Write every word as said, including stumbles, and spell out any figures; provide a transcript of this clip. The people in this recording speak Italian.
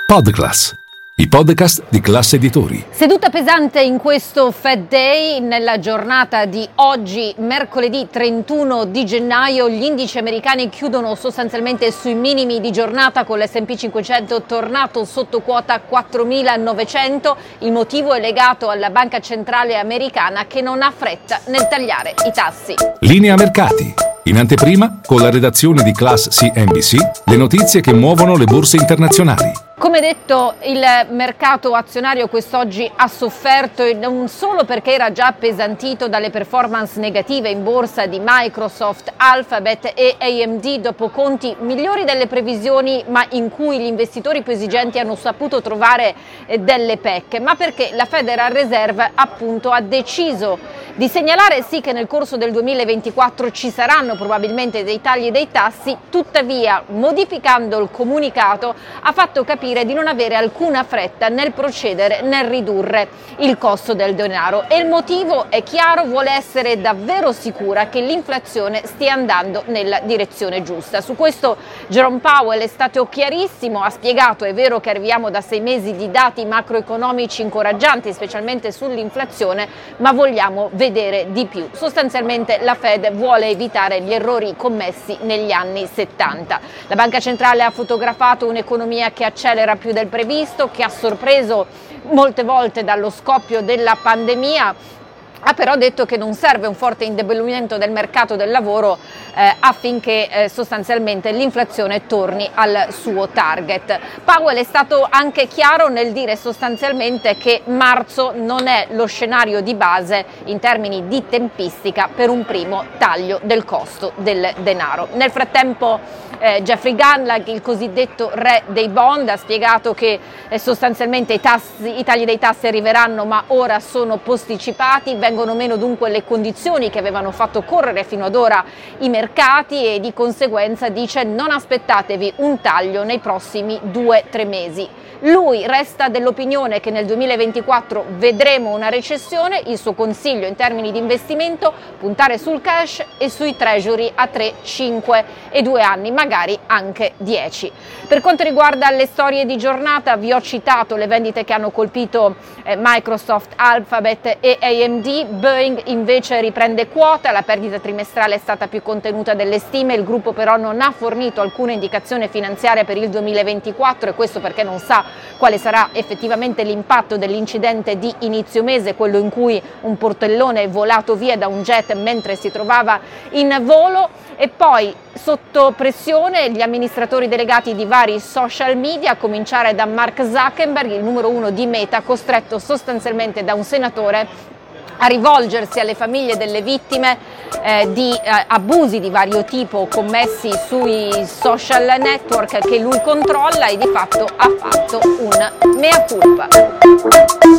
Podclass, i podcast di Class Editori. Seduta pesante in questo Fed Day, nella giornata di oggi, mercoledì trentuno di gennaio. Gli indici americani chiudono sostanzialmente sui minimi di giornata, con l'esse and pi cinquecento tornato sotto quota quattromilanovecento. Il motivo è legato alla Banca Centrale Americana, che non ha fretta nel tagliare i tassi. Linea mercati. In anteprima, con la redazione di Class C N B C, le notizie che muovono le borse internazionali. Come detto, il mercato azionario quest'oggi ha sofferto, e non solo perché era già appesantito dalle performance negative in borsa di Microsoft, Alphabet e A M D dopo conti migliori delle previsioni, ma in cui gli investitori più esigenti hanno saputo trovare delle pecche, ma perché la Federal Reserve appunto ha deciso di segnalare sì che nel corso del duemilaventiquattro ci saranno probabilmente dei tagli dei tassi, tuttavia modificando il comunicato ha fatto capire di non avere alcuna fretta nel procedere nel ridurre il costo del denaro, e il motivo è chiaro: vuole essere davvero sicura che l'inflazione stia andando nella direzione giusta. Su questo Jerome Powell è stato chiarissimo, ha spiegato: è vero che arriviamo da sei mesi di dati macroeconomici incoraggianti, specialmente sull'inflazione, ma vogliamo vedere di più. Sostanzialmente la Fed vuole evitare gli errori commessi negli anni settanta. La Banca Centrale ha fotografato un'economia che accelera più del previsto, che ha sorpreso molte volte dallo scoppio della pandemia. Ha però detto che non serve un forte indebolimento del mercato del lavoro eh, affinché eh, sostanzialmente l'inflazione torni al suo target. Powell è stato anche chiaro nel dire sostanzialmente che marzo non è lo scenario di base in termini di tempistica per un primo taglio del costo del denaro. Nel frattempo eh, Jeffrey Gundlach, il cosiddetto re dei bond, ha spiegato che eh, sostanzialmente i, tassi, i tagli dei tassi arriveranno, ma ora sono posticipati. Vengono meno dunque le condizioni che avevano fatto correre fino ad ora i mercati, e di conseguenza dice: non aspettatevi un taglio nei prossimi due tre mesi. Lui resta dell'opinione che nel duemilaventiquattro vedremo una recessione. Il suo consiglio in termini di investimento: puntare sul cash e sui treasury a tre, cinque e due anni, magari anche dieci. Per quanto riguarda le storie di giornata, vi ho citato le vendite che hanno colpito eh, Microsoft, Alphabet e A M D. Boeing invece riprende quota, la perdita trimestrale è stata più contenuta delle stime. Il gruppo però non ha fornito alcuna indicazione finanziaria per il duemilaventiquattro, e questo perché non sa quale sarà effettivamente l'impatto dell'incidente di inizio mese, quello in cui un portellone è volato via da un jet mentre si trovava in volo. E poi, sotto pressione, gli amministratori delegati di vari social media, a cominciare da Mark Zuckerberg, il numero uno di Meta, costretto sostanzialmente da un senatore a rivolgersi alle famiglie delle vittime eh, di eh, abusi di vario tipo commessi sui social network che lui controlla, e di fatto ha fatto un mea culpa.